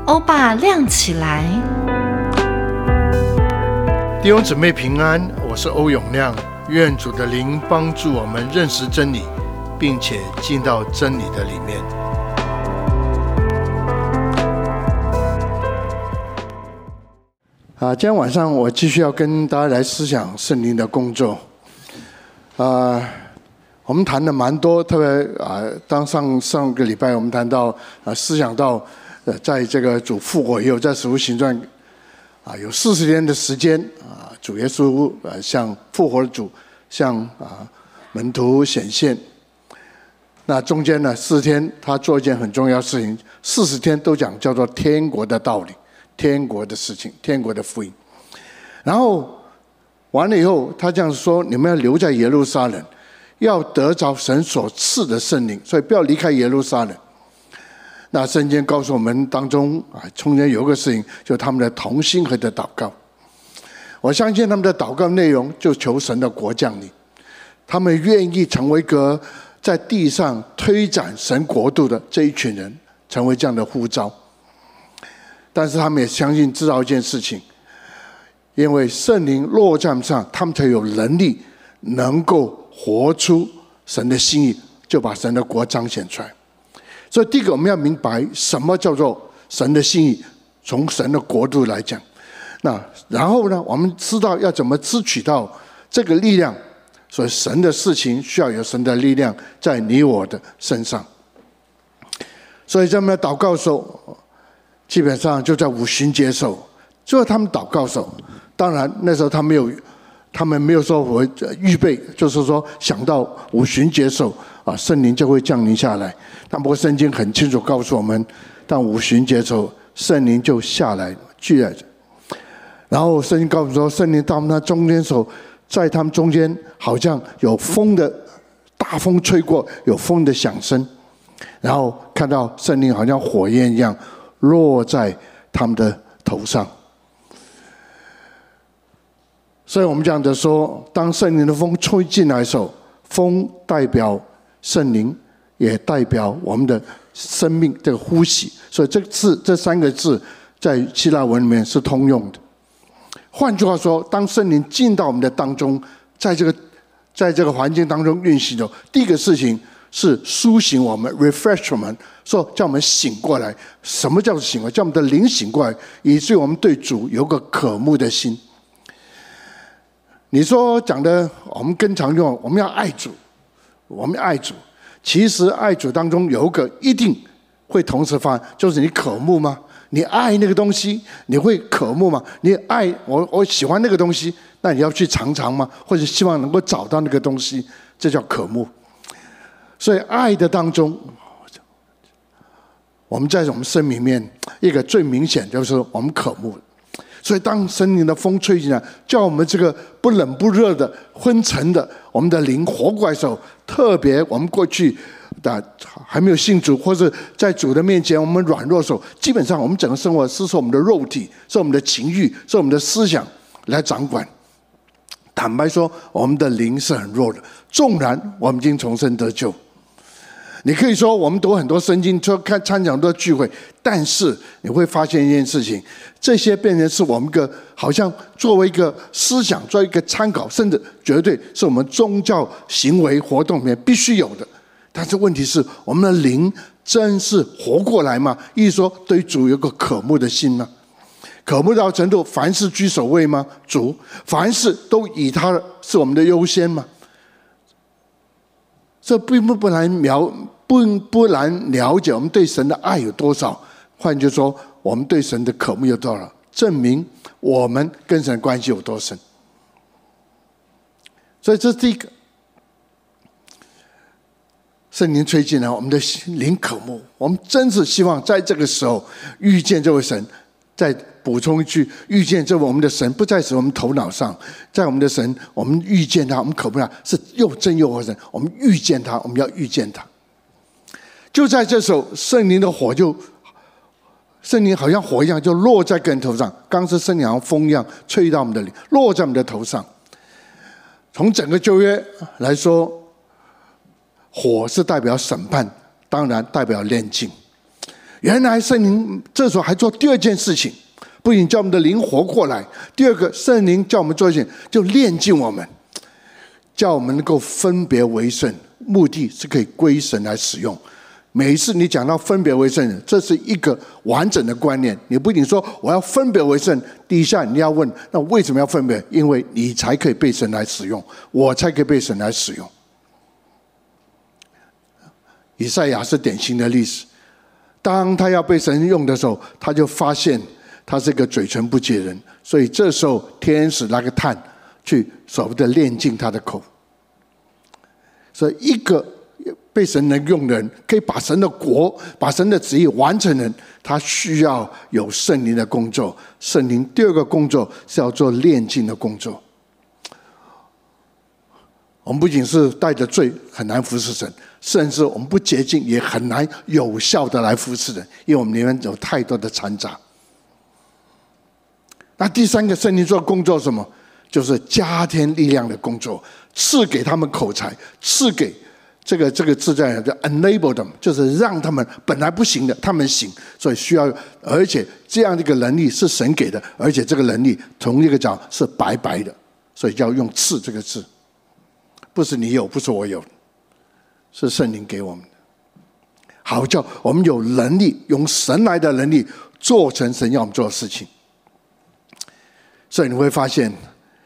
欧巴亮起来。 弟兄姊妹平安，我是欧永亮，愿主的灵帮助我们认识真理，并且进到真理的里面。今天晚上我继续要跟大家来思想圣灵的工作。我们谈的蛮多，特别当上个礼拜我们谈到思想到在这个主复活以后，在使徒行传有40天的时间主耶稣向复活的主向门徒显现。那中间呢4天他做一件很重要的事情，40天都讲叫做天国的道理、天国的事情、天国的福音。然后完了以后他这样说，你们要留在耶路撒冷，要得着神所赐的圣灵，所以不要离开耶路撒冷。那圣经告诉我们当中中间有一个事情，就是他们的同心合的祷告。我相信他们的祷告内容就求神的国降临，他们愿意成为一个在地上推展神国度的这一群人，成为这样的呼召。但是他们也相信知道一件事情，因为圣灵落在他们上，他们才有能力能够活出神的心意，就把神的国彰显出来。所以第一个我们要明白什么叫做神的心意，从神的国度来讲。那然后呢，我们知道要怎么支取到这个力量，所以神的事情需要有神的力量在你我的身上。所以在我们祷告的时候，基本上就在五旬节的时候，最后他们祷告的时候，当然那时候他们没有说我预备，就是说想到五旬节的时候圣灵就会降临下来。但不过圣经很清楚告诉我们，当五旬节的时候，圣灵就下来聚在这。然后圣经告诉我们说，圣灵到他们中间的时候，在他们中间好像有风的大风吹过，有风的响声，然后看到圣灵好像火焰一样落在他们的头上。所以我们讲的说，当圣灵的风吹进来的时候，风代表圣灵，也代表我们的生命这个呼吸。所以这三个字在希腊文里面是通用的。换句话说，当圣灵进到我们的当中，在这个环境当中运行的，第一个事情是苏醒我们 refresh 我们，说叫我们醒过来。什么叫做醒过来？叫我们的灵醒过来，以至于我们对主有个渴慕的心。你说讲的我们更常用，我们要爱主，我们爱主。其实爱主当中有一个一定会同时发生，就是你渴慕吗？你爱那个东西，你会渴慕吗？你爱我喜欢那个东西，那你要去尝尝吗？或者希望能够找到那个东西，这叫渴慕。所以爱的当中，我们在我们生命里面一个最明显就是我们渴慕。所以当圣灵的风吹进来，叫我们这个不冷不热的昏沉的我们的灵活过来的时候，特别我们过去还没有信主，或是在主的面前我们软弱的时候，基本上我们整个生活是受我们的肉体、受我们的情欲、受我们的思想来掌管。坦白说，我们的灵是很弱的，纵然我们已经重生得救。你可以说我们读很多圣经，参加很多聚会，但是你会发现一件事情，这些变成是我们好像作为一个思想，作为一个参考，甚至绝对是我们宗教行为活动里面必须有的。但是问题是，我们的灵真是活过来吗？意思说对主有个渴慕的心吗？渴慕到程度凡事居首位吗？主凡事都以他是我们的优先吗？这并不难了解我们对神的爱有多少。换句话说，我们对神的渴慕有多少，证明我们跟神的关系有多深。所以这是第一个，圣灵吹进来，我们的灵渴慕，我们真是希望在这个时候遇见这位神。再补充一句，遇见这位我们的神不在我们头脑上，在我们的神，我们遇见他，我们渴慕他是又真又活神，我们遇见他，我们要遇见他。就在这时候，圣灵好像火一样就落在个人头上，刚是圣灵好像风一样吹到我们的灵，落在我们的头上。从整个旧约来说，火是代表审判，当然代表炼净。 原来圣灵这时候还做第二件事情，不仅叫我们的灵活过来，第二个圣灵叫我们做一件，就炼净我们，叫我们能够分别为圣，目的是可以归神来使用。每一次你讲到分别为圣，这是一个完整的观念。你不仅说我要分别为圣，第一下你要问，那为什么要分别？因为你才可以被神来使用，我才可以被神来使用。以赛亚是典型的例子，当他要被神用的时候，他就发现他是个嘴唇不洁人，所以这时候天使拿个炭去所谓的炼净他的口。所以一个被神能用的人，可以把神的国、把神的旨意完成的人，他需要有圣灵的工作。圣灵第二个工作是要做炼净的工作。我们不仅是带着罪很难服侍神，甚至我们不洁净也很难有效的来服侍人，因为我们里面有太多的掺杂。那第三个圣灵做的工作是什么？就是加添力量的工作，赐给他们口才，赐给这个字在叫 enable them， 就是让他们本来不行的，他们行，所以需要，而且这样的一个能力是神给的，而且这个能力从一个讲是白白的，所以要用赐这个字，不是你有，不是我有，是圣灵给我们的，好叫我们有能力，用神来的能力做成神要我们做的事情。所以你会发现，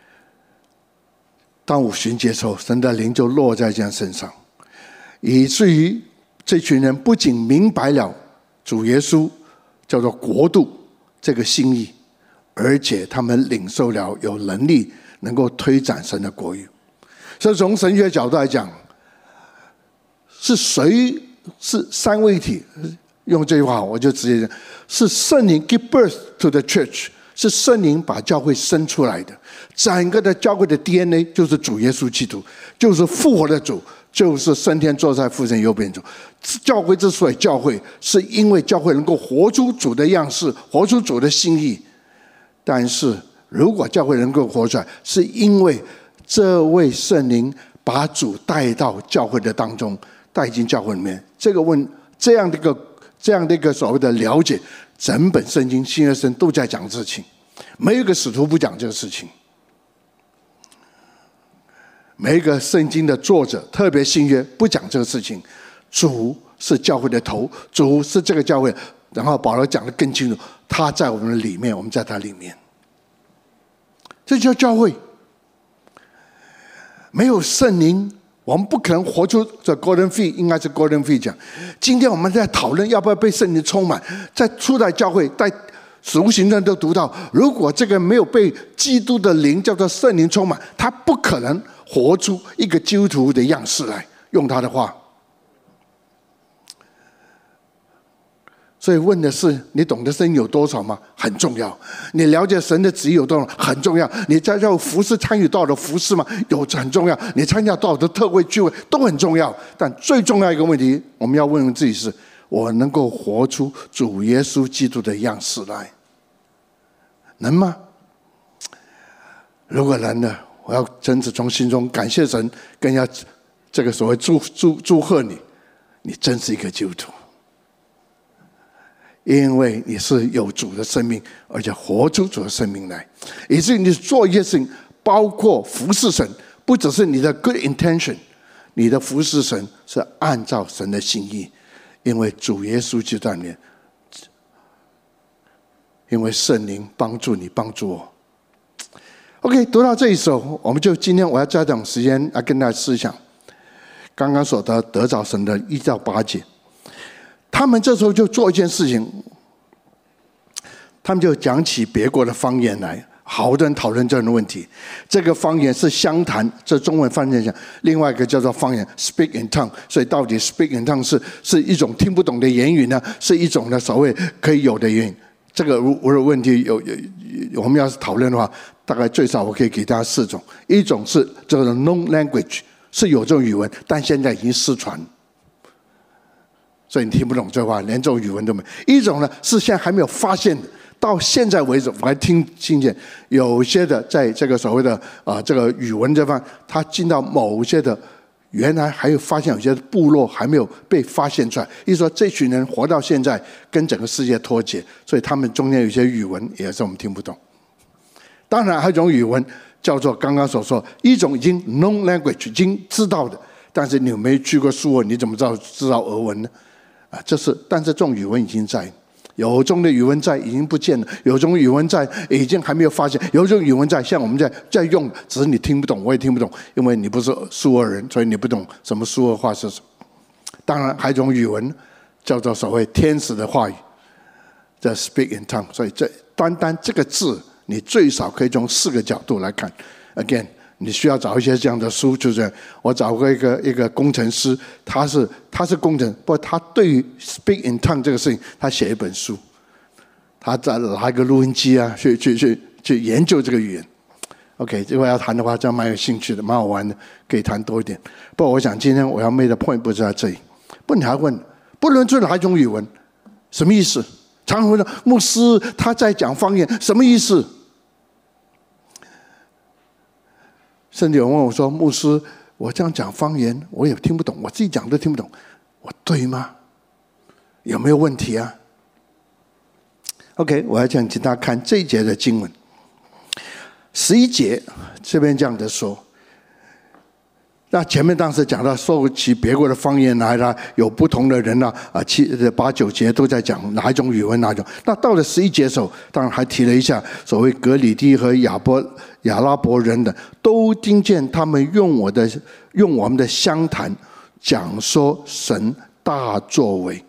当五旬节的时候，神的灵就落在这样身上，以至于这群人不仅明白了主耶稣叫做国度这个心意，而且他们领受了有能力能够推展神的国语。所以从神学角度来讲，是谁是三位一体？用这句话我就直接讲，是圣灵 give birth to the church， 是圣灵把教会生出来的。整个的教会的 DNA 就是主耶稣基督，就是复活的主，就是升天坐在父神右边主。教会之所以教会，是因为教会能够活出主的样式，活出主的心意。但是如果教会能够活出来，是因为这位圣灵把主带到教会的当中，带进教会里面。这样的一个所谓的了解，整本圣经新约圣经都在讲事情，没有一个使徒不讲这个事情。每一个圣经的作者，特别新约不讲这个事情。主是教会的头，主是这个教会，然后保罗讲得更清楚，他在我们的里面，我们在他里面，这叫教会。没有圣灵，我们不可能活出这 Golden Fee， 应该是 Golden Fee 讲。今天我们在讨论要不要被圣灵充满，在初代教会，在使徒行传都读到，如果这个没有被基督的灵叫做圣灵充满，他不可能活出一个基督徒的样式来。用他的话，所以问的是你懂得圣经有多少吗？很重要。你了解神的旨意有多少？很重要。你在这服事参与到的服事吗？有很重要。你参加到的特会聚会都很重要。但最重要一个问题，我们要问问自己是：我能够活出主耶稣基督的样式来，能吗？如果能的，我要真是从心中感谢神，更要这个所谓祝贺你，你真是一个基督徒。因为你是有主的生命，而且活出主的生命来，以至于你做一些事情，包括服侍神，不只是你的 good intention， 你的服侍神是按照神的心意，因为主耶稣就在里面，因为圣灵帮助你，帮助我。OK， 读到这一首，我们就今天我要加点时间来跟大家思想刚刚所得着神的1到8节。他们这时候就做一件事情，他们就讲起别国的方言来，好多人讨论这样的问题。这个方言是相谈，这中文翻译讲，另外一个叫做方言 speak in tongue。所以到底 speak in tongue 是一种听不懂的言语呢，是一种的所谓可以有的言语？这个如果问题有我们要是讨论的话，大概最少我可以给大家4种。一种是这个 known language， 是有这种语文，但现在已经失传，所以你听不懂这话，连这种语文都没有。一种呢是现在还没有发现的，到现在为止我还听见有些的在这个所谓的这个语文这方，他进到某些的原来还有发现有些部落还没有被发现出来，意思说这群人活到现在跟整个世界脱节，所以他们中间有些语文也是我们听不懂。当然还有一种语文叫做刚刚所说，一种已经 known language 已经知道的，但是你没去过苏俄，你怎么知道俄文呢？但是这种语文已经在，有种的语文在已经不见了，有种语文在已经还没有发现，有种语文在像我们在用，只是你听不懂，我也听不懂，因为你不是苏俄人，所以你不懂什么苏俄话是什么。当然还有一种语文叫做所谓天使的话语，叫 speak in tongue， 所以单这个字你最少可以从4个角度来看。Again， 你需要找一些这样的书，就是我找过一个工程师，他是工程，不过他对于 speak in tongue 这个事情，他写一本书，他再拿一个录音机啊，去研究这个语言。OK， 如果要谈的话，这样蛮有兴趣的，蛮好玩的，可以谈多一点。不过我想今天我要 make的 point 不是在这里。不，你还问，不论是哪一种语文，什么意思？常常会说牧师他在讲方言，什么意思？甚至有人问我说：“牧师，我这样讲方言，我也听不懂，我自己讲都听不懂，我对吗？有没有问题啊 ？”OK， 我要讲请大家看这一节的经文，11节这边这样的说。那前面当时讲到受起别国的方言来了，有不同的人8、9节都在讲哪一种语文哪一种。那到了11节的时候，当然还提了一下所谓格里地和亚拉伯人的，都听见他们用我们的乡谈讲说神大作为。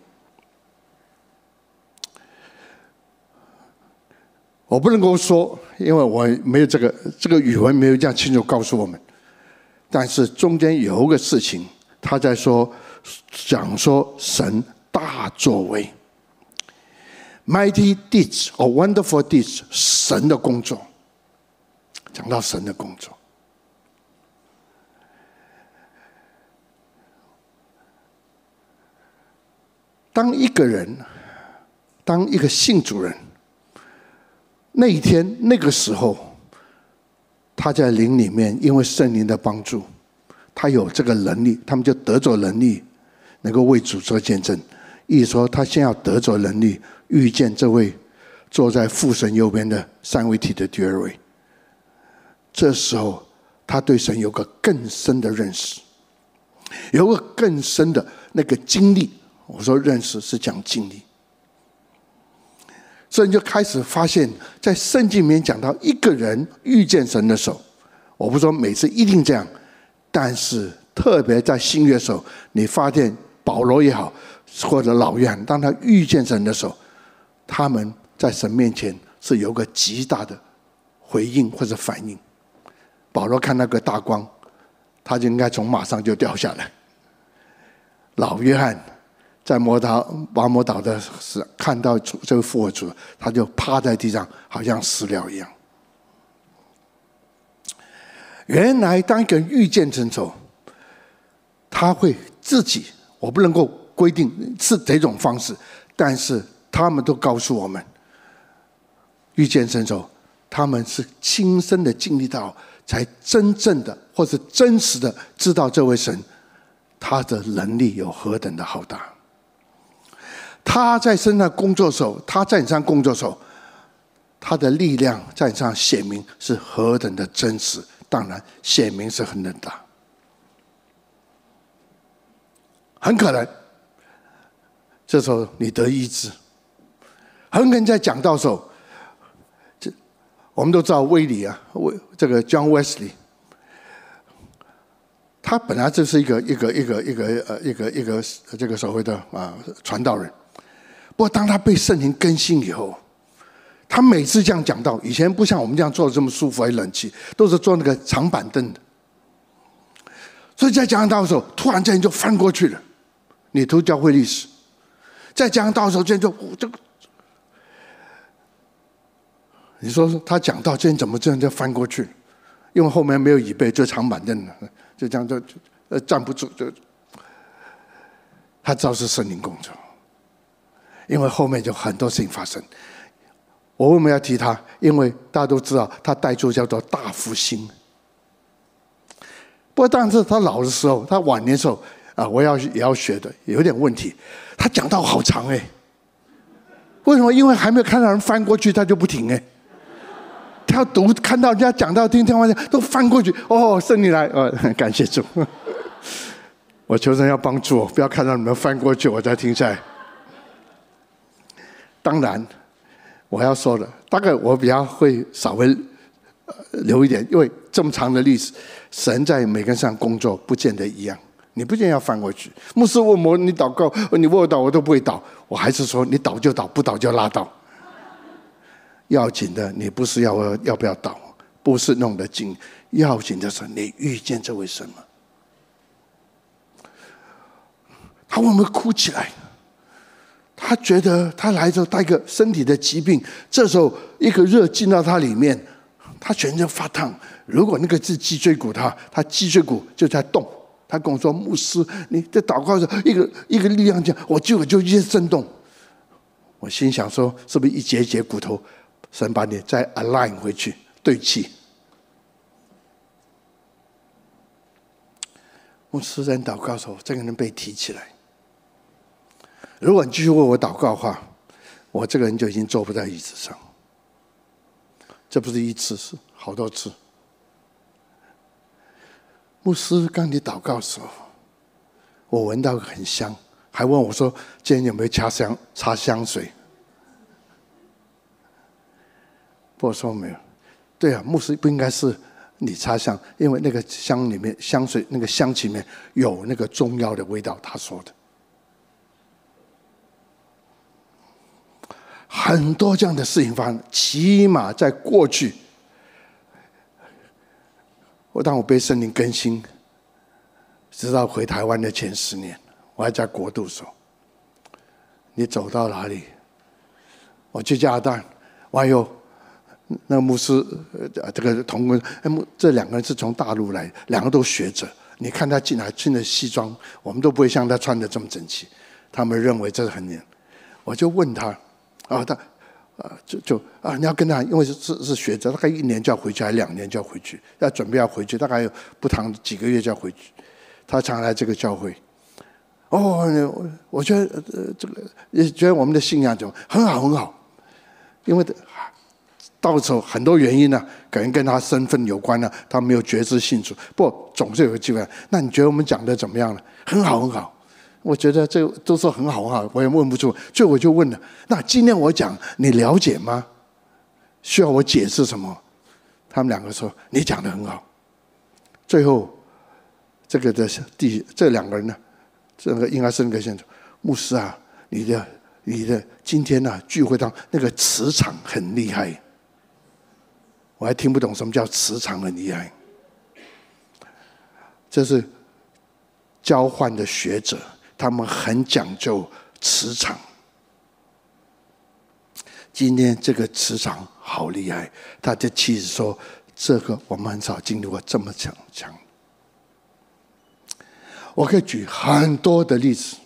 我不能够说，因为我没有这个语文没有这样清楚告诉我们。但是中间有一个事情，他在讲说神大作为 ，mighty deeds or wonderful deeds， 神的工作，讲到神的工作。当一个信主人，那一天那个时候。他在灵里面，因为圣灵的帮助，他有这个能力，他们就得着能力，能够为主做见证。意思说，他先要得着能力，遇见这位坐在父神右边的三位体的第二位。这时候，他对神有个更深的认识，有个更深的那个经历。我说认识是讲经历。所以你就开始发现，在圣经里面讲到一个人遇见神的时候，我不说每次一定这样，但是特别在新约的时候，你发现保罗也好，或者老约翰，当他遇见神的时候，他们在神面前是有个极大的回应或者反应。保罗看那个大光，他就应该从马上就掉下来。老约翰在巴摩岛的时看到这位复活主，他就趴在地上，好像死了一样。原来当一个人遇见神之后，他会自己，我不能够规定是这种方式，但是他们都告诉我们，遇见神之后，他们是亲身的经历到，才真正的或是真实的知道这位神，他的能力有何等的浩大。他在身上工作的时候，他在你身上工作的时候，他的力量在你身上显明是何等的真实。当然，显明是很大，很可能这时候你得医治，很可能在讲道的时候，我们都知道威理啊，这个 John Wesley， 他本来就是一个这个所谓的传道人。不过当他被圣灵更新以后，他每次这样讲道，以前不像我们这样坐的这么舒服，还有冷气，都是坐那个长板凳的。所以在讲道的时候，突然间就翻过去了。你读教会历史，在讲道的时候，这就你说他讲道，这怎么这样就翻过去了？因为后面没有椅背，就长板凳了，就这样就站不住，就他知道是圣灵工作。因为后面就很多事情发生。我为什么要提他？因为大家都知道他带出叫做大复兴。 不过但是他老的时候，他晚年的时候我也要学的，有点问题。他讲道好长哎，为什么？因为还没有看到人翻过去，他就不停哎。他要读，看到人家讲道听完都翻过去。哦，圣灵来，感谢主。我求神要帮助我，不要看到你们翻过去，我再停下来。当然，我要说的，大概我比较会稍微留一点，因为这么长的历史，神在每个人上工作不见得一样，你不见得要翻过去。牧师问我你祷告，你问我祷我都不会祷，我还是说你祷就祷，不祷就拉倒。要紧的你不是要不要祷，不是弄得紧，要紧的是你遇见这位神吗？他为什么哭起来？他觉得他来的时候带个身体的疾病，这时候一个热进到他里面，他全身发烫。如果那个是脊椎骨，他脊椎骨就在动。他跟我说：“牧师，你在祷告的时候，一个力量这样，我就一些震动。”我心想说：“是不是一节一节骨头，神把你再 align 回去，对齐？”牧师在祷告的时候，这个人被提起来。如果你继续为我祷告的话，我这个人就已经坐不在椅子上。这不是一次，是好多次。牧师刚你祷告的时候，我闻到很香，还问我说：“今天有没有擦香水？”我说没有。对啊，牧师不应该是你擦香，因为那个香里面香水那个香气里面有那个中药的味道。他说的。很多这样的事情发生，起码在过去，当我被圣灵更新，直到回台湾的前10年，我还在国度的时候，你走到哪里？我去加拿大，还有那个牧师，这个同工，这2个人是从大陆来，2个都学者。你看他进来穿的西装，我们都不会像他穿的这么整齐，他们认为这是很严。我就问他。你要跟他，因为是学者，大概1年就要回去，还2年就要回去，要准备要回去，大概有不长几个月就要回去。他常来这个教会，我觉得这个也觉得我们的信仰就很好很好，因为到时候很多原因呢，可能跟他身份有关呢，他没有觉知信主，不过总是有个机会。那你觉得我们讲的怎么样呢？很好很好。我觉得这都说很好很好，我也问不出，所以我就问了：那今天我讲，你了解吗？需要我解释什么？他们2个说：你讲得很好。最后，这2个人呢，这个应该是那个先生，牧师啊，你的今天呢聚会当那个磁场很厉害，我还听不懂什么叫磁场很厉害，这是交换的学者。他们很讲究磁场。今天这个磁场好厉害，他的妻子说：“这个我们很少经历过这么强。”我可以举很多的例子，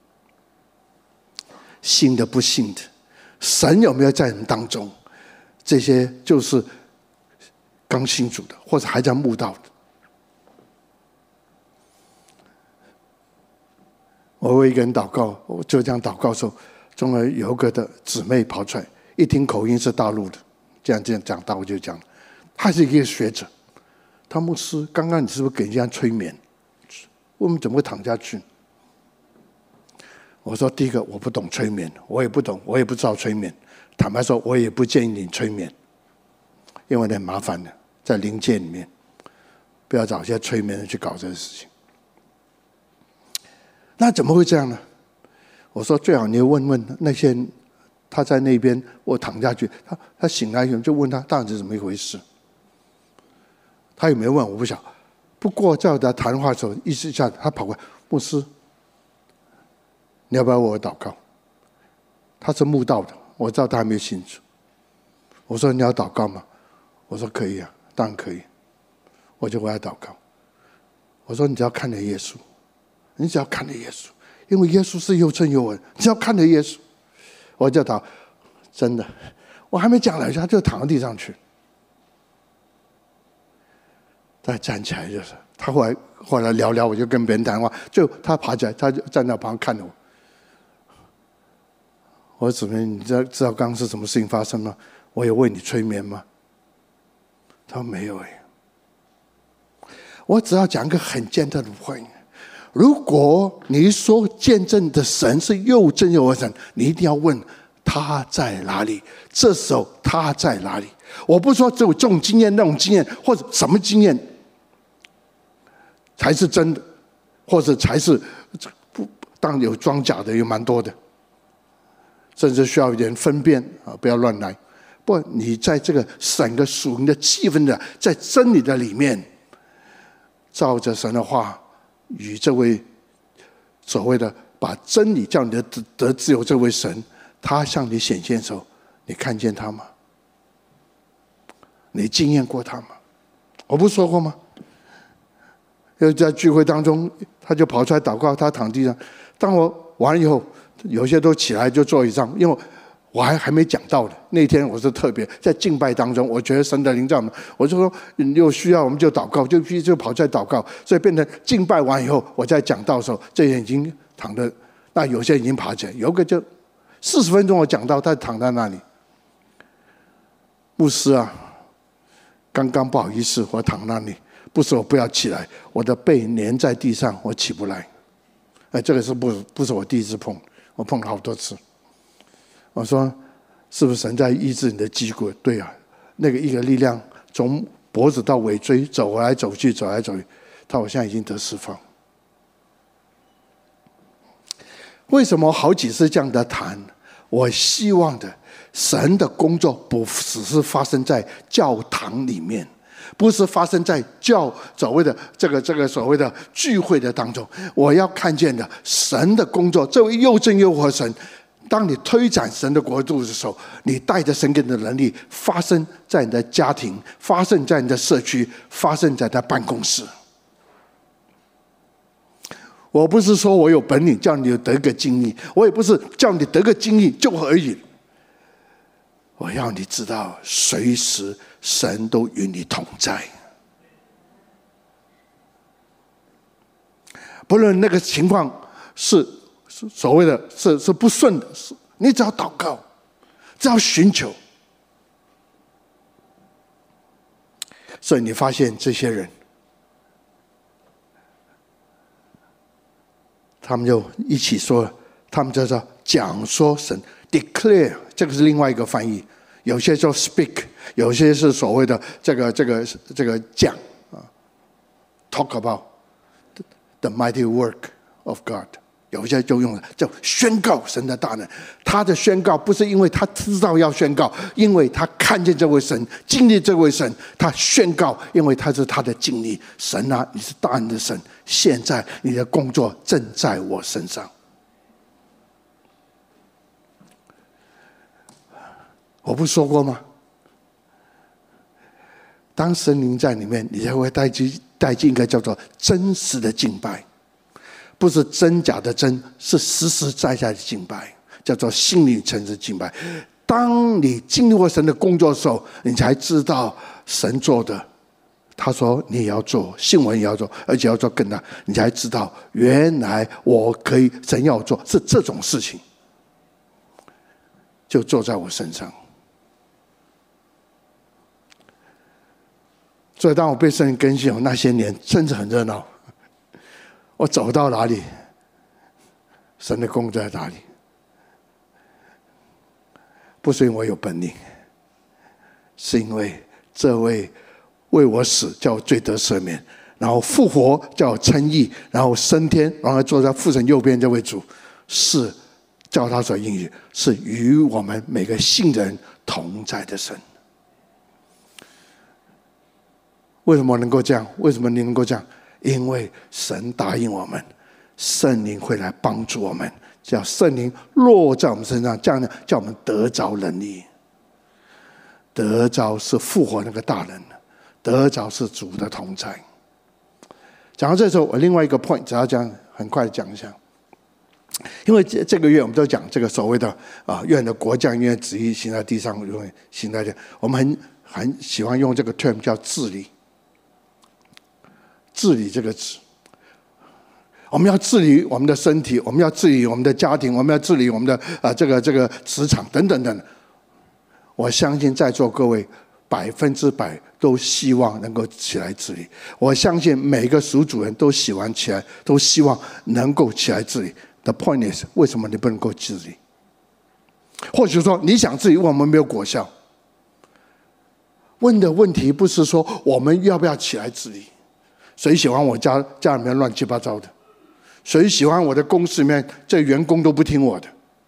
信的不信的，神有没有在人当中？这些就是刚信主的，或者还在慕道的。我为一个人祷告，我就这样祷告的时候，终于有一个的姊妹跑出来，一听口音是大陆的，这样讲到我就讲，他是一个学者，他牧师，刚刚你是不是给人家催眠？我们怎么会躺下去？我说第一个我不懂催眠，我也不懂，我也不知道催眠。坦白说，我也不建议你催眠，因为很麻烦的，在灵界里面，不要找一些催眠人去搞这个事情。那怎么会这样呢？我说最好你问问那些他在那边，我躺下去，他醒来以后就问他到底是怎么一回事。他有没有问我不晓得。不过在我的谈话的时候，意识一下他跑过来，牧师，你要不要为我祷告？他是慕道的，我知道他还没有信主。我说你要祷告吗？我说可以啊，当然可以。我就为他祷告。我说你只要看着耶稣。你只要看着耶稣，因为耶稣是又真又稳。你只要看着耶稣，我就祷，真的，我还没讲两下就躺到地上去，再站起来就是他后来聊聊，我就跟别人谈话，就他爬起来，他就站在旁边看着我。我说：“姊妹，你知道刚刚是什么事情发生吗？我有为你催眠吗？”他说：“没有哎。”我只要讲一个很简单的point：如果你说见证的神是又真又活神，你一定要问他在哪里？这时候他在哪里？我不是说只有这种经验、那种经验，或者什么经验才是真的，或者才是不当然有装假的，有蛮多的，甚至需要一点分辨啊，不要乱来。不，你在这个整个属灵的气氛的，在真理的里面，照着神的话，与这位所谓的把真理叫你得自由这位神，他向你显现的时候，你看见他吗？你经验过他吗？我不是说过吗？又在聚会当中，他就跑出来祷告，他躺地上。当我完了以后，有些都起来就坐椅上，因为我还没讲到的。那天我是特别在敬拜当中，我觉得神的灵在我们，我就说有需要我们就祷告，就跑出来祷告，所以变成敬拜完以后，我在讲道的时候，这些已经躺着，那有些已经爬起来，有个就40分钟我讲到，他躺在那里。牧师啊，刚刚不好意思，我躺那里，不是我不要起来，我的背粘在地上，我起不来。这个是不是我第一次碰，我碰了好多次。我说是不是神在医治你的脊骨？对啊，那个一个力量从脖子到尾椎走来走去，走来走去，他好像已经得释放。为什么好几次这样的谈？我希望的神的工作不只是发生在教堂里面，不是发生在所谓的这个所谓的聚会的当中。我要看见的神的工作，这位又真又活神。当你推展神的国度的时候，你带着神给你的能力，发生在你的家庭，发生在你的社区，发生在你的办公室。我不是说我有本领叫你得个经历，我也不是叫你得个经历就而已。我要你知道，随时神都与你同在，不论那个情况是所谓的是不顺的，你只要祷告，只要寻求。所以你发现这些人，他们就一起说，他们叫做讲说神 declare， 这个是另外一个翻译，有些说 speak， 有些是所谓的这个讲啊 ，talk about the mighty work of God。有些就用了叫宣告神的大能。他的宣告不是因为他知道要宣告，因为他看见这位神，经历这位神，他宣告，因为他是他的经历。神啊，你是大能的神，现在你的工作正在我身上。我不说过吗？当神灵在里面，你才会带进一个叫做真实的敬拜。不是真假的真，是实实在在的敬拜，叫做心灵诚实敬拜。当你经历过神的工作的时候，你才知道神做的，他说你也要做，信我也要做，而且要做更大，你才知道原来我可以，神要做是这种事情，就做在我身上。所以当我被圣灵更新那些年，真的很热闹。我走到哪里，神的工作在哪里？不是因为我有本领，是因为这位为我死，叫我罪得赦免，然后复活，叫我称义，然后升天，然后坐在父神右边这位主，是照他所应许，是与我们每个信人同在的神。为什么能够这样？为什么你能够这样？因为神答应我们，圣灵会来帮助我们，叫圣灵落在我们身上，这样呢，叫我们得着能力。得着是复活那个大人，得着是主的同在。讲到这时候，我另外一个 point 只要讲，很快讲一下。因为这个月我们都讲这个所谓的愿的国降，愿旨意行在地上，如行在天。我们很喜欢用这个 term 叫治理。 治理这个词。我们要治理我们的身体，我们要治理我们的家庭，我们要治理我们的这个职场等等等。我相信在座各位100%都希望能够起来治理。我相信每个属主人都喜欢起来，都希望能够起来治理。The point is， 为什么你不能够治理？或许说你想治理，我们没有果效。问的问题不是说我们要不要起来治理，谁喜欢我家里面乱七八糟的？谁喜欢我的公司里面这员工都不听我的？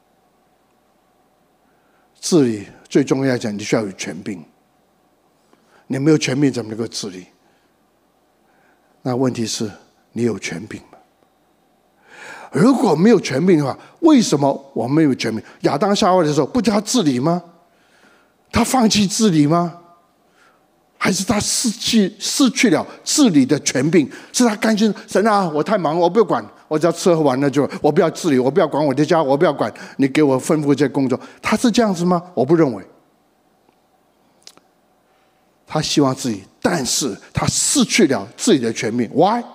治理最重要来讲，你需要有权柄。你没有权柄怎么能够治理？那问题是你有权柄吗？如果没有权柄的话，为什么我们没有权柄？亚当夏娃的时候，不叫他治理吗？他放弃治理吗？还是他失去了治理的权柄？是他甘心神啊，我太忙了，我不要管，我只要吃喝玩乐就，我不要治理，我不要管我的家，我不要管你给我吩咐这些工作。他是这样子吗？我不认为。他希望治理，但是他失去了自己的权柄。Why？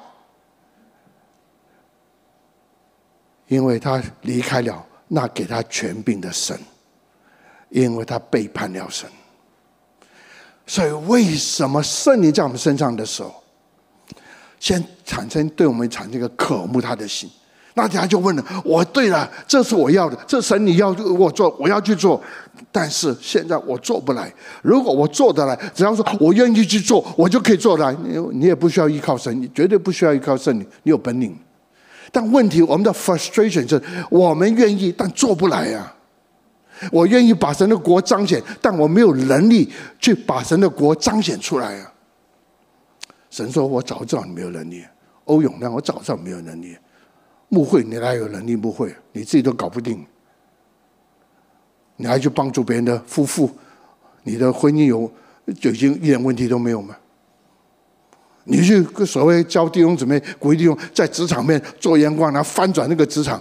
因为他离开了那给他权柄的神，因为他背叛了神。所以为什么圣灵在我们身上的时候，先对我们产生一个渴慕他的心？那他就问了：我对了，这是我要的，这神你要我做，我要去做，但是现在我做不来。如果我做得来，只要说我愿意去做，我就可以做来。你也不需要依靠神，你绝对不需要依靠圣灵，你有本领。但问题，我们的 frustration 是我们愿意，但做不来啊。我愿意把神的国彰显，但我没有能力去把神的国彰显出来啊。神说：“我早知道你没有能力。”欧永亮，我早知道没有能力。牧会，你哪有能力牧会？你自己都搞不定，你还去帮助别人的夫妇？你的婚姻就已经一点问题都没有吗？你去所谓教弟兄姊妹、鼓励弟兄在职场面做阳光，然后翻转那个职场。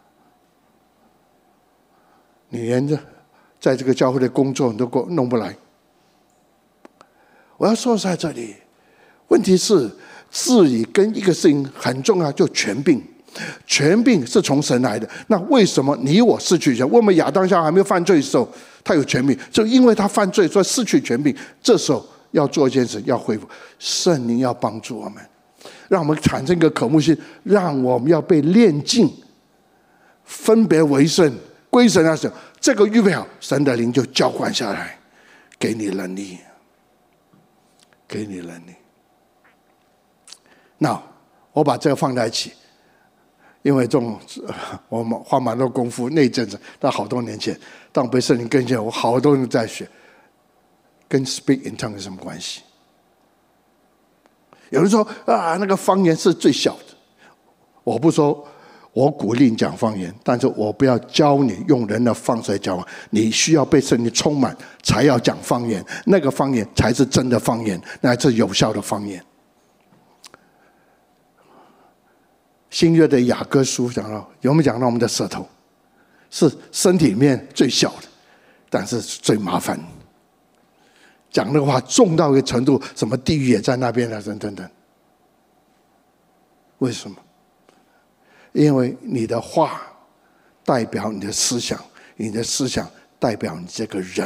你连在这个教会的工作你都弄不来。我要说在这里，问题是治理跟一个事情很重要，就权柄。权柄是从神来的，那为什么你我失去权？为什么亚当夏娃还没有犯罪的时候，他有权柄？就因为他犯罪，所以失去权柄。这时候要做一件事，要恢复。圣灵要帮助我们，让我们产生一个渴慕心，让我们要被炼净，分别为圣。归神的时候，这个预备好，神的灵就浇灌下来，给你能力，给你能力。那我把这个放在一起，因为这种我们花蛮多功夫。那一阵子，到好多年前，当被圣灵更新，我好多人在学，跟 speak in tongue 有什么关系？有人说啊，那个方言是最小的。我不说。我鼓励你讲方言，但是我不要教你用人的方式来讲话。你需要被圣灵充满，才要讲方言。那个方言才是真的方言，那是有效的方言。新约的雅各书讲到，有没有讲到我们的舌头是身体里面最小的，但是最麻烦。讲那个话重到一个程度，什么地狱也在那边了，等等等。为什么？因为你的话代表你的思想，你的思想代表你这个人。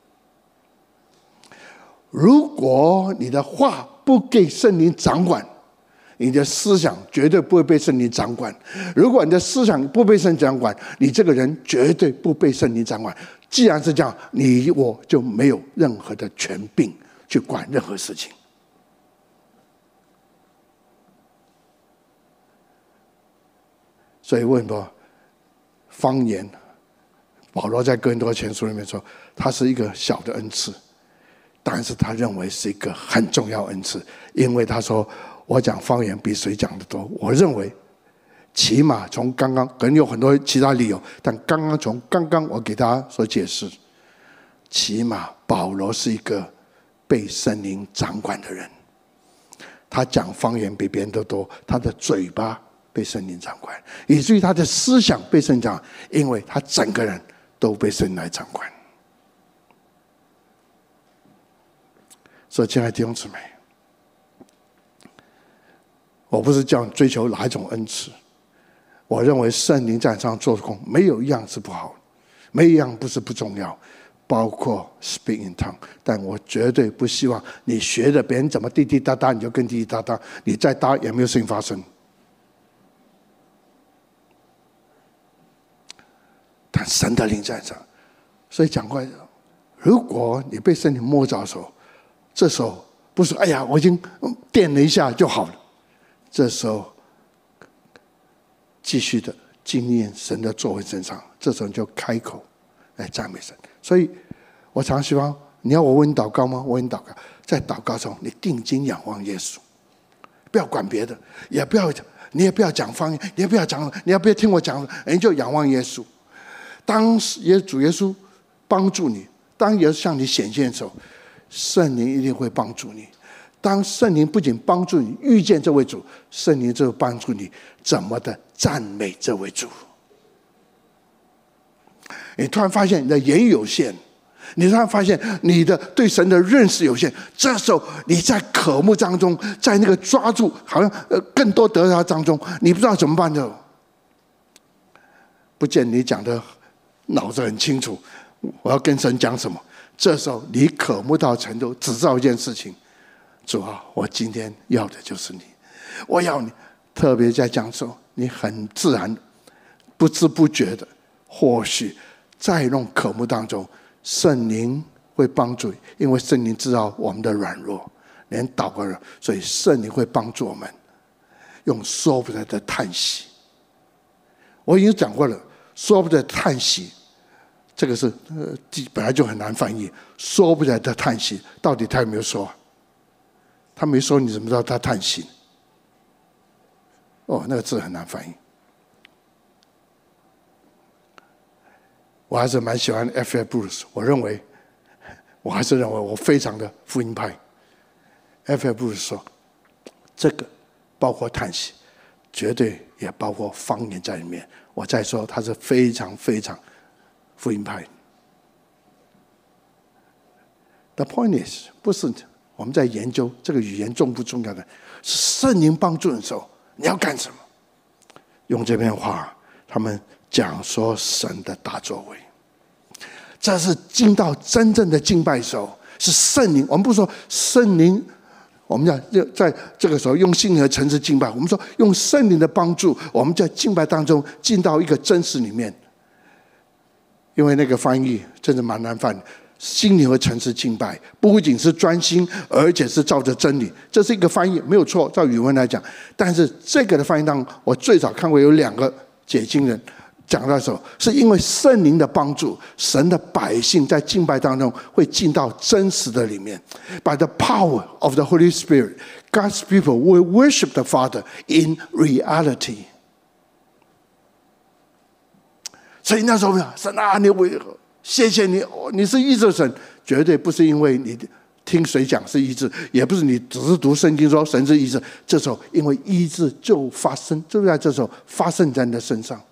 如果你的话不给圣灵掌管，你的思想绝对不会被圣灵掌管。如果你的思想不被圣灵掌管，你这个人绝对不被圣灵掌管。既然是这样，你我就没有任何的权柄去管任何事情。所以为什么方言？保罗在哥林多前书里面说，他是一个小的恩赐，但是他认为是一个很重要恩赐，因为他说我讲方言比谁讲的多。我认为起码从刚刚，可能有很多其他理由，但从刚刚我给大家所解释，起码保罗是一个被圣灵掌管的人，他讲方言比别人都多，他的嘴巴被圣灵掌管，以至于他的思想被圣灵掌管，因为他整个人都被圣灵来掌管。所以亲爱的弟兄姊妹， 我不是叫你追求哪一种恩赐，我认为圣灵在上做工，没有一样是不好，没有一样不是不重要，包括 speak in tongue。但我绝对不希望你学着别人怎么滴滴答答，你就跟滴滴答答，你再答也没有事情发生。但神的灵在上，所以讲过，如果你被圣灵摸着的时候，这时候不是哎呀我已经电了一下就好了，这时候继续的经验神的作为身上，这时候就开口来赞美神。所以我常希望你要我为你祷告吗？我为你祷告，在祷告中你定睛仰望耶稣，不要管别的，也不要你也不要讲方言，你也不要讲，你也不要听我讲，你就仰望耶稣。当主耶稣帮助你，当耶稣向你显现的时候，圣灵一定会帮助你。当圣灵不仅帮助你遇见这位主，圣灵就帮助你怎么的赞美这位主。你突然发现你的言语有限，你突然发现你的对神的认识有限，这时候你在渴慕当中，在那个抓住好像更多得到当中，你不知道怎么办的，不见你讲的脑子很清楚，我要跟神讲什么。这时候你渴慕到程度，只知道一件事情：主啊，我今天要的就是你，我要你。特别在讲说，你很自然、不知不觉的，或许在那种渴慕当中，圣灵会帮助，因为圣灵知道我们的软弱，连祷告人，所以圣灵会帮助我们，用说不出来的叹息。我已经讲过了，说不出来的叹息。这个是本来就很难翻译，说不出来的叹息，到底他有没有说？他没说，你怎么知道他叹息？哦，那个字很难翻译。我还是蛮喜欢 F.F. Bruce， 我还是认为我非常的福音派。F.F. Bruce 说，这个包括叹息，绝对也包括方言在里面。我再说，他是非常非常福音派。The point is， 不是我们在研究这个语言重不重要的，是圣灵帮助的时候，你要干什么？用这篇话，他们讲说神的大作为，这是进到真正的敬拜的时候，是圣灵。我们不说圣灵，我们要在这个时候用心灵和诚实敬拜。我们说用圣灵的帮助，我们在敬拜当中进到一个真实里面。因为那个翻译真的蛮难翻的，心灵和诚实敬拜，不仅是专心，而且是照着真理。这是一个翻译，没有错，照语文来讲。但是这个的翻译当中，我最早看过有2个解经人讲到的时候，是因为圣灵的帮助，神的百姓在敬拜当中会进到真实的里面。By the power of the Holy Spirit, God's people will worship the Father in reality。所以那时候神啊，你为何谢谢你，你是医治神，绝对不是因为你听谁讲是医治，也不是你只是读圣经说神是医治。这时候因为医治就发生，就在这时候发生在你的身上。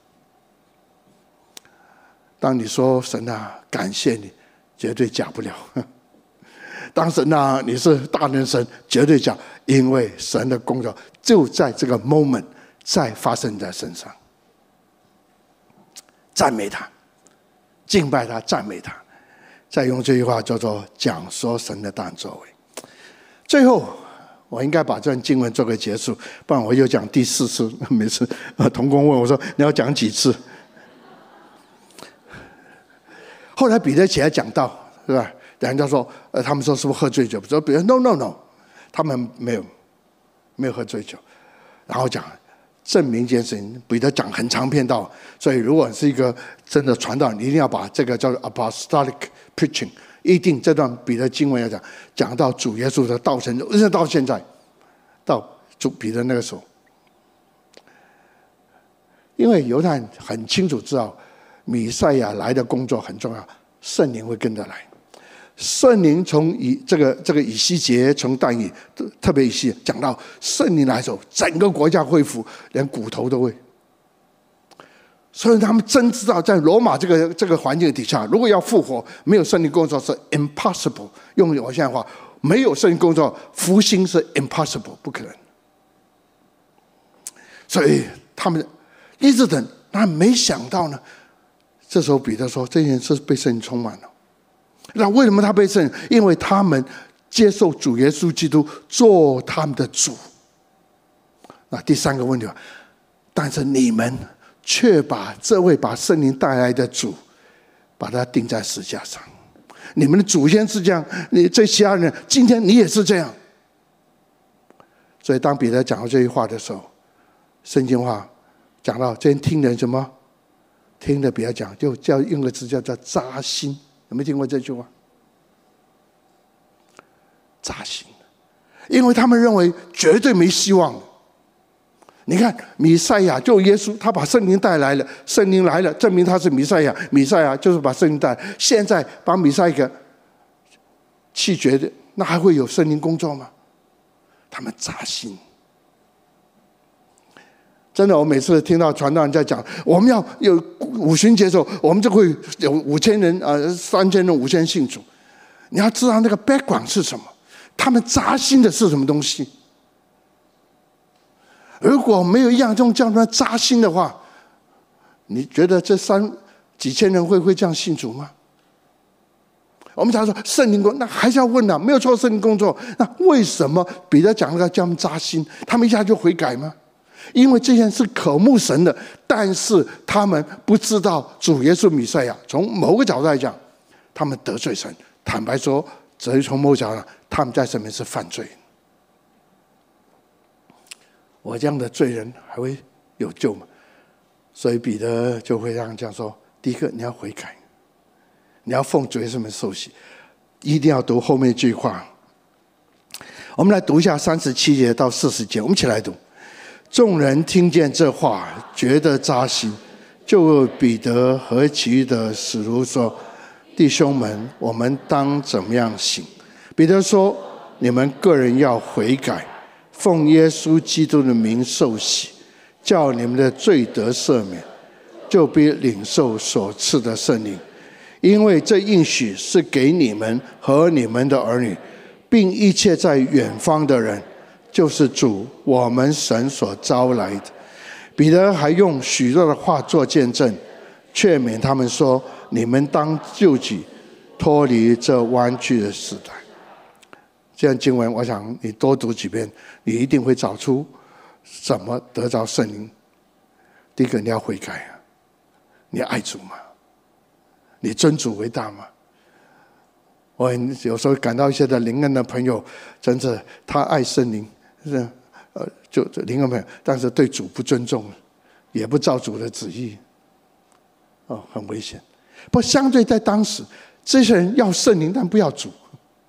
当你说神啊感谢你，绝对假不了。当神啊你是大能神，绝对假，因为神的工作就在这个 moment 再发生在身上。赞美他，敬拜他，赞美他，再用这句话叫做讲说神的大作为。最后我应该把这段经文做个结束，不然我又讲第4次。每次同工问我说你要讲几次？后来彼得起来讲道，是吧？人家说他们说是不是喝醉酒？说彼得 no， 他们没有喝醉酒。然后讲证明一件事情，彼得讲很长篇道，所以如果是一个真的传道，你一定要把这个叫做 apostolic preaching， 一定这段彼得经文要讲到主耶稣的道成，一直到现在，到主彼得那个时候。因为犹太人很清楚知道弥赛亚来的工作很重要，圣灵会跟着来。圣灵从这个以西结，从但以特别以西讲到圣灵来的时候，整个国家恢复，连骨头都会。所以他们真知道，在罗马这个环境底下，如果要复活，没有圣灵工作是 impossible。用我现在话，没有圣灵工作，复兴是 impossible， 不可能。 所以他们一直等，那没想到呢，这时候彼得说这件事被圣灵充满了。那为什么他被圣灵？因为他们接受主耶稣基督做他们的主。那第三个问题，但是你们却把这位把圣灵带来的主把他钉在十字架上。你们的祖先是这样，你这其他人今天你也是这样。所以当彼得讲到这句话的时候，圣经话讲到这边听人什么？听的比较讲，就叫用个词叫扎心。有没有听过这句话？扎心，因为他们认为绝对没希望了。你看弥赛亚就耶稣，他把圣灵带来了，圣灵来了，证明他是弥赛亚。弥赛亚就是把圣灵带来，现在把弥赛亚弃绝的，那还会有圣灵工作吗？他们扎心。真的，我每次听到传道人在讲，我们要有五旬节的时候，我们就会有5000人3000人5000信主。你要知道那个 background 是什么，他们扎心的是什么东西。如果没有一样这种叫他们扎心的话，你觉得这几千人会这样信主吗？我们常说圣灵工，那还是要问没有错，圣灵工作，那为什么彼得讲那个叫他们扎心，他们一下就悔改吗？因为这件事渴慕神的，但是他们不知道主耶稣弥赛亚。从某个角度来讲，他们得罪神。坦白说，只是从某个角度上，他们在神面是犯罪。我这样的罪人还会有救吗？所以彼得就会让这样说：第一个，你要悔改，你要奉主耶稣名受洗，一定要读后面一句话。我们来读一下37节到40节，我们一起来读。众人听见这话，觉得扎心，就问彼得和其余的使徒说：弟兄们，我们当怎么样行？彼得说：你们个人要悔改，奉耶稣基督的名受洗，叫你们的罪得赦免，就必领受所赐的圣灵。因为这应许是给你们和你们的儿女，并一切在远方的人，就是主我们神所招来的。彼得还用许多的话做见证，劝勉他们说：你们当救己，脱离这弯曲的时代。这样经文，我想你多读几遍，你一定会找出怎么得着圣灵。第一个，你要悔改啊，你爱主吗？你尊主为大吗？我有时候感到一些的灵恩的朋友，真是他爱圣灵，就灵恩朋友，但是对主不尊重，也不照主的旨意，很危险。不，相对在当时，这些人要圣灵，但不要主，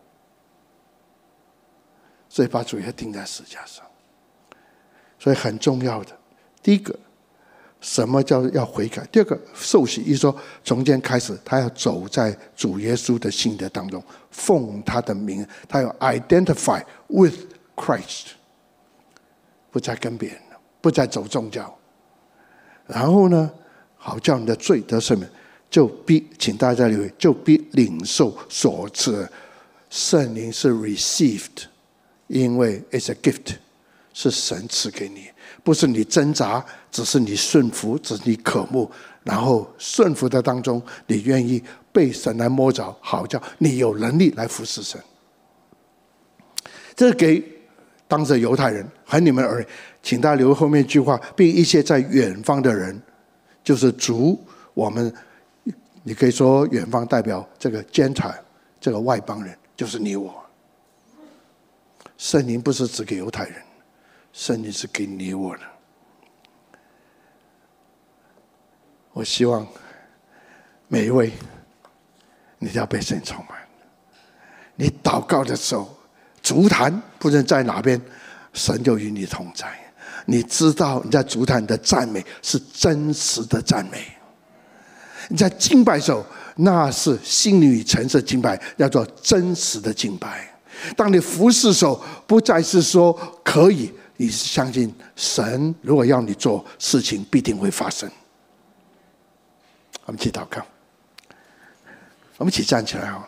所以把主也钉在十字架上。所以很重要的，第一个，什么叫要悔改？第二个，受洗，意思说从今天开始，他要走在主耶稣的信德当中，奉他的名，他要 identify with Christ， 不再跟别人了，不再走宗教。然后呢，好叫你的罪得赦免，就必，请大家留意，就必领受所赐的圣灵是 received， 因为 it's a gift， 是神赐给你。不是你挣扎，只是你顺服，只是你渴慕，然后顺服的当中，你愿意被神来摸着，好叫你有能力来服侍神。这是给当时的犹太人和你们而言，请大家留意后面一句话，并一些在远方的人，就是主我们，你可以说远方代表这个 Gentile， 这个外邦人，就是你我。圣灵不是只给犹太人，圣灵是给你我的。我希望每一位，你都要被圣灵充满。你祷告的时候，足坛不论在哪边，神就与你同在。你知道你在足坛的赞美是真实的赞美。你在敬拜的时候，那是心里与诚实敬拜，叫做真实的敬拜。当你服侍的时候，不再是说可以，你是相信神如果要你做事情，必定会发生。我们一起祷告，我们一起站起来啊！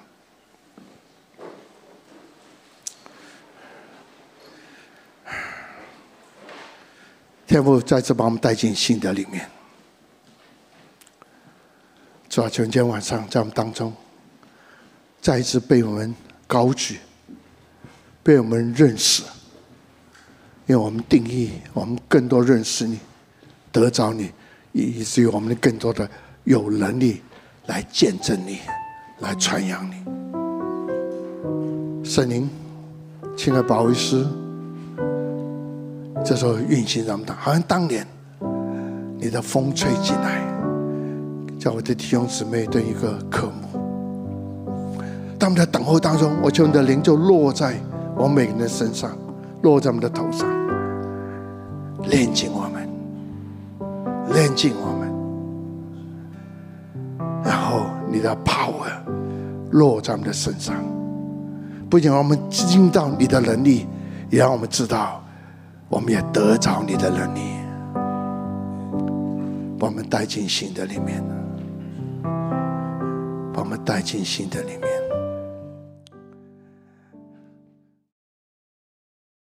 天父再次把我们带进信的里面。主啊，求今天晚上在我们当中，再一次被我们高举，被我们认识，因为我们定义，我们更多认识你，得着你，以至于我们更多的有能力来见证你，来传扬你。圣灵，亲爱的保惠师，这时候运行在我们当，好像当年你的风吹进来，叫我的弟兄姊妹的一个渴慕。当我们在等候当中，我求你的灵就落在我们每个人的身上，落在我们的头上，炼净我们，炼净我们，然后你的 power 落在我们的身上，不仅让我们经到你的能力，也让我们知道我们也得着你的能力，把我们带进新的里面，把我们带进新的里面。